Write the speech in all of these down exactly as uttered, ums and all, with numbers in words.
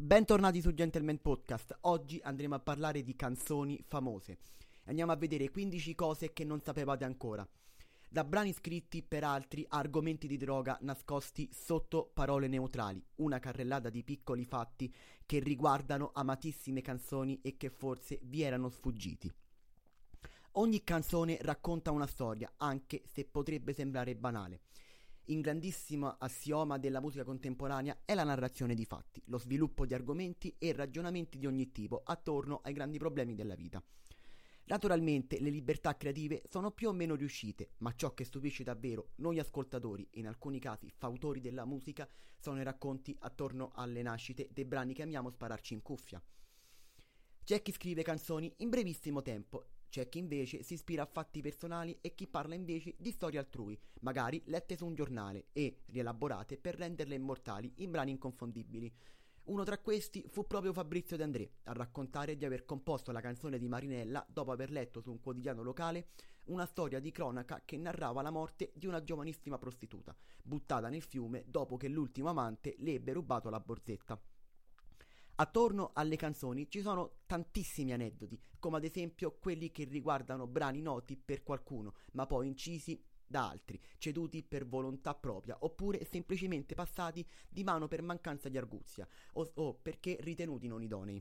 Bentornati su Gentleman Podcast. Oggi andremo a parlare di canzoni famose. Andiamo a vedere quindici cose che non sapevate ancora. Da brani scritti per altri a argomenti di droga nascosti sotto parole neutrali. Una carrellata di piccoli fatti che riguardano amatissime canzoni e che forse vi erano sfuggiti. Ogni canzone racconta una storia, anche se potrebbe sembrare banale. Un grandissimo assioma della musica contemporanea è la narrazione di fatti, lo sviluppo di argomenti e ragionamenti di ogni tipo attorno ai grandi problemi della vita. Naturalmente le libertà creative sono più o meno riuscite, ma ciò che stupisce davvero noi ascoltatori e in alcuni casi fautori della musica sono i racconti attorno alle nascite dei brani che amiamo spararci in cuffia. C'è chi scrive canzoni in brevissimo tempo, c'è chi invece si ispira a fatti personali e chi parla invece di storie altrui, magari lette su un giornale e rielaborate per renderle immortali in brani inconfondibili. Uno tra questi fu proprio Fabrizio De André a raccontare di aver composto la canzone di Marinella dopo aver letto su un quotidiano locale una storia di cronaca che narrava la morte di una giovanissima prostituta, buttata nel fiume dopo che l'ultimo amante le ebbe rubato la borsetta. Attorno alle canzoni ci sono tantissimi aneddoti, come ad esempio quelli che riguardano brani noti per qualcuno, ma poi incisi da altri, ceduti per volontà propria, oppure semplicemente passati di mano per mancanza di arguzia, o, o perché ritenuti non idonei.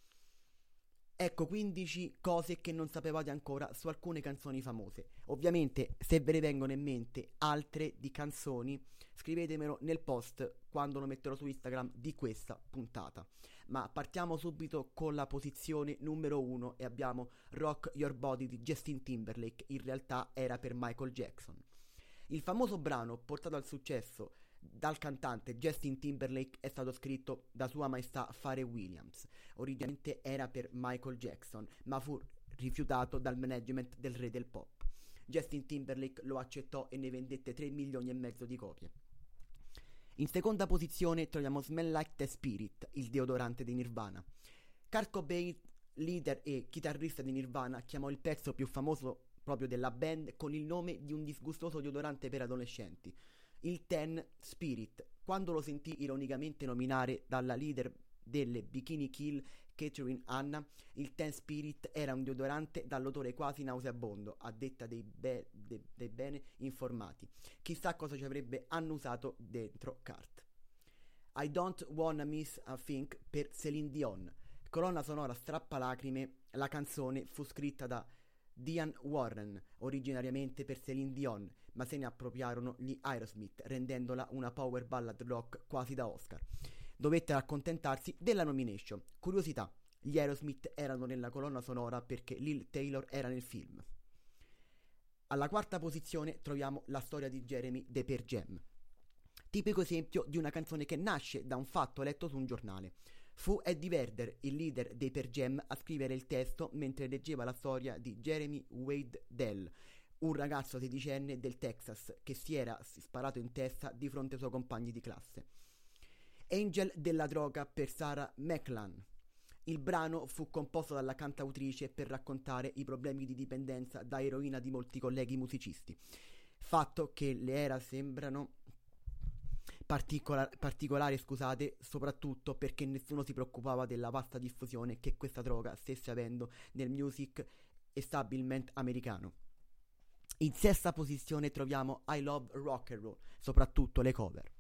Ecco quindici cose che non sapevate ancora su alcune canzoni famose. Ovviamente, se ve ne vengono in mente altre di canzoni, scrivetemelo nel post quando lo metterò su Instagram di questa puntata. Ma partiamo subito con la posizione numero uno e abbiamo Rock Your Body di Justin Timberlake. In realtà era per Michael Jackson. Il famoso brano portato al successo dal cantante Justin Timberlake è stato scritto da Sua Maestà Pharrell Williams. Originalmente era per Michael Jackson, ma fu rifiutato dal management del re del pop. Justin Timberlake lo accettò e ne vendette tre milioni e mezzo di copie. In seconda posizione troviamo Smell Like Teen Spirit, il deodorante di Nirvana. Kurt Cobain, leader e chitarrista di Nirvana, chiamò il pezzo più famoso proprio della band con il nome di un disgustoso deodorante per adolescenti, il Teen Spirit. Quando lo sentì ironicamente nominare dalla leader delle Bikini Kill, Catherine Hanna, il Teen Spirit era un deodorante dall'odore quasi nauseabondo, a detta dei, be- de- dei bene informati. Chissà cosa ci avrebbe annusato dentro Kurt. I Don't Wanna Miss a Thing per Céline Dion. Colonna sonora strappalacrime, la canzone fu scritta da Diane Warren, originariamente per Céline Dion, ma se ne appropriarono gli Aerosmith, rendendola una power ballad rock quasi da Oscar. Dovettero accontentarsi della nomination. Curiosità, gli Aerosmith erano nella colonna sonora perché Lil Taylor era nel film. Alla quarta posizione troviamo la storia di Jeremy dei Pearl Jam. Tipico esempio di una canzone che nasce da un fatto letto su un giornale. Fu Eddie Vedder, il leader dei Pearl Jam, a scrivere il testo mentre leggeva la storia di Jeremy Wade Dell, un ragazzo sedicenne del Texas che si era sparato in testa di fronte ai suoi compagni di classe. Angel della droga per Sarah McLachlan. Il brano fu composto dalla cantautrice per raccontare i problemi di dipendenza da eroina di molti colleghi musicisti, fatto che le era sembrano particola- particolari, scusate, soprattutto perché nessuno si preoccupava della vasta diffusione che questa droga stesse avendo nel music establishment americano. In sesta posizione troviamo I Love Rock and Roll, soprattutto le cover.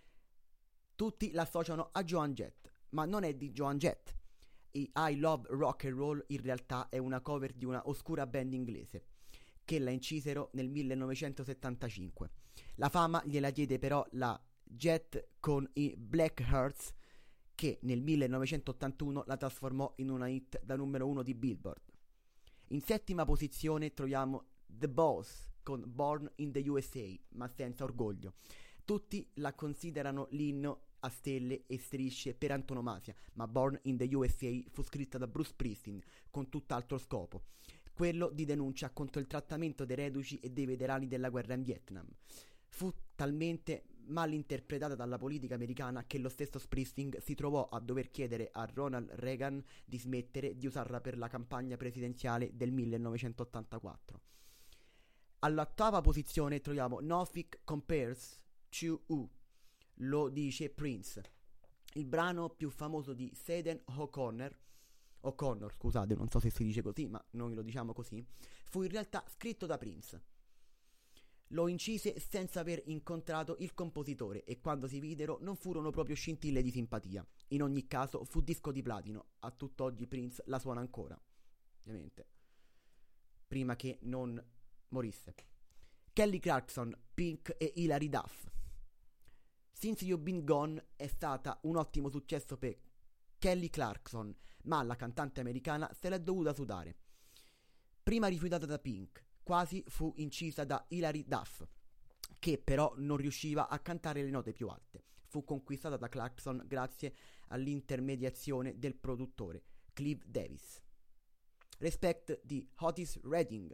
Tutti l'associano a Joan Jett, ma non è di Joan Jett. I I Love Rock and Roll in realtà è una cover di una oscura band inglese che la incisero nel millenovecentosettantacinque. La fama gliela diede però la Jett con i Black Hearts, che nel millenovecentottantuno la trasformò in una hit da numero uno di Billboard. In settima posizione troviamo The Boss con Born in the U S A, ma senza orgoglio. Tutti la considerano l'inno a stelle e strisce per antonomasia, ma Born in the U S A fu scritta da Bruce Springsteen con tutt'altro scopo, quello di denuncia contro il trattamento dei reduci e dei veterani della guerra in Vietnam. Fu talmente mal interpretata dalla politica americana che lo stesso Springsteen si trovò a dover chiedere a Ronald Reagan di smettere di usarla per la campagna presidenziale del millenovecentottantaquattro. All'ottava posizione troviamo Nothing Compares to You, lo dice Prince. il brano più famoso di Sinéad O'Connor, O'Connor, scusate, non so se si dice così, ma noi lo diciamo così, fu in realtà scritto da Prince. Lo incise senza aver incontrato il compositore e quando si videro non furono proprio scintille di simpatia. In ogni caso fu disco di platino, a tutt'oggi Prince la suona ancora, ovviamente, prima che non morisse. Kelly Clarkson, Pink e Hilary Duff. Since You've Been Gone è stata un ottimo successo per Kelly Clarkson, ma la cantante americana se l'è dovuta sudare. Prima rifiutata da Pink, quasi fu incisa da Hilary Duff, che però non riusciva a cantare le note più alte. Fu conquistata da Clarkson grazie all'intermediazione del produttore Clive Davis. Respect di Otis Redding.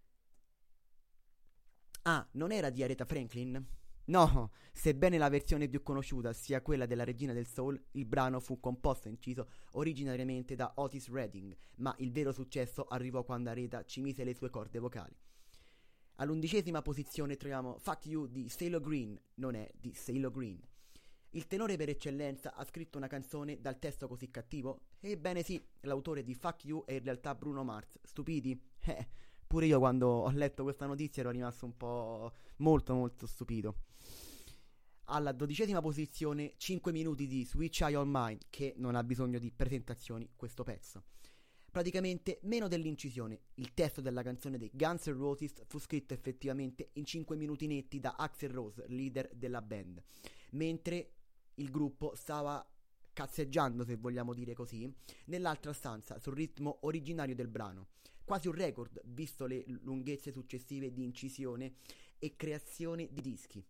Ah, non era di Aretha Franklin? No, sebbene la versione più conosciuta sia quella della Regina del Soul, il brano fu composto e inciso originariamente da Otis Redding, ma il vero successo arrivò quando Aretha ci mise le sue corde vocali. All'undicesima posizione troviamo Fuck You di CeeLo Green, non è di CeeLo Green. Il tenore per eccellenza ha scritto una canzone dal testo così cattivo? Ebbene sì, l'autore di Fuck You è in realtà Bruno Mars. Stupidi? Eh, pure io quando ho letto questa notizia ero rimasto un po' molto molto stupito. Alla dodicesima posizione cinque minuti di Sweet Child O' Mine, che non ha bisogno di presentazioni questo pezzo. Praticamente meno dell'incisione. Il testo della canzone dei Guns N' Roses fu scritto effettivamente in cinque minuti netti da Axl Rose, leader della band, mentre il gruppo stava cazzeggiando, se vogliamo dire così, nell'altra stanza sul ritmo originario del brano. Quasi un record, visto le lunghezze successive di incisione e creazione di dischi.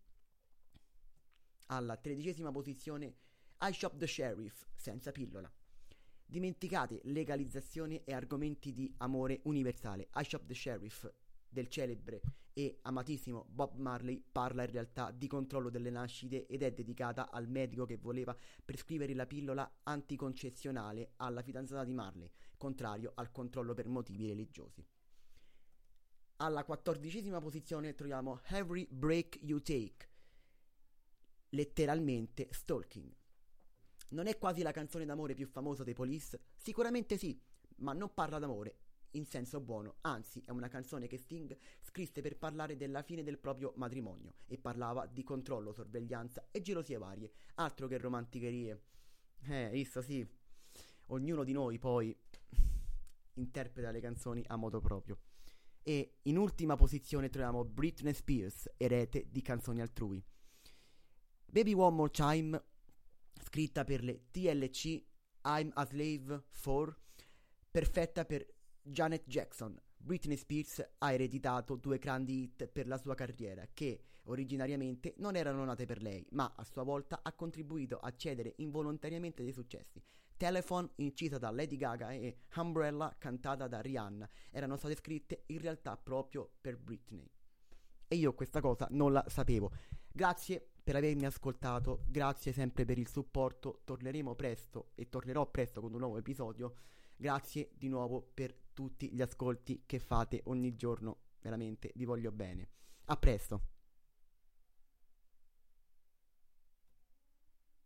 Alla tredicesima posizione I Shop the Sheriff, senza pillola. Dimenticate legalizzazione e argomenti di amore universale. I Shop the Sheriff del celebre e amatissimo Bob Marley parla in realtà di controllo delle nascite ed è dedicata al medico che voleva prescrivere la pillola anticoncezionale alla fidanzata di Marley, contrario al controllo per motivi religiosi. Alla quattordicesima posizione troviamo Every Break You Take, letteralmente stalking. Non è quasi la canzone d'amore più famosa dei Police? Sicuramente sì, ma non parla d'amore in senso buono, anzi è una canzone che Sting scrisse per parlare della fine del proprio matrimonio e parlava di controllo, sorveglianza e gelosie varie, altro che romanticherie. Eh, visto sì, ognuno di noi poi interpreta le canzoni a modo proprio. E in ultima posizione troviamo Britney Spears, erede di canzoni altrui. Baby One More Time, scritta per le T L C, I'm a Slave for, perfetta per Janet Jackson. Britney Spears ha ereditato due grandi hit per la sua carriera che originariamente non erano nate per lei, ma a sua volta ha contribuito a cedere involontariamente dei successi. Telephone, incisa da Lady Gaga, e Umbrella, cantata da Rihanna, erano state scritte in realtà proprio per Britney. E io questa cosa non la sapevo. Grazie per avermi ascoltato, grazie sempre per il supporto, torneremo presto e tornerò presto con un nuovo episodio. Grazie di nuovo per tutti gli ascolti che fate ogni giorno, veramente vi voglio bene. A presto.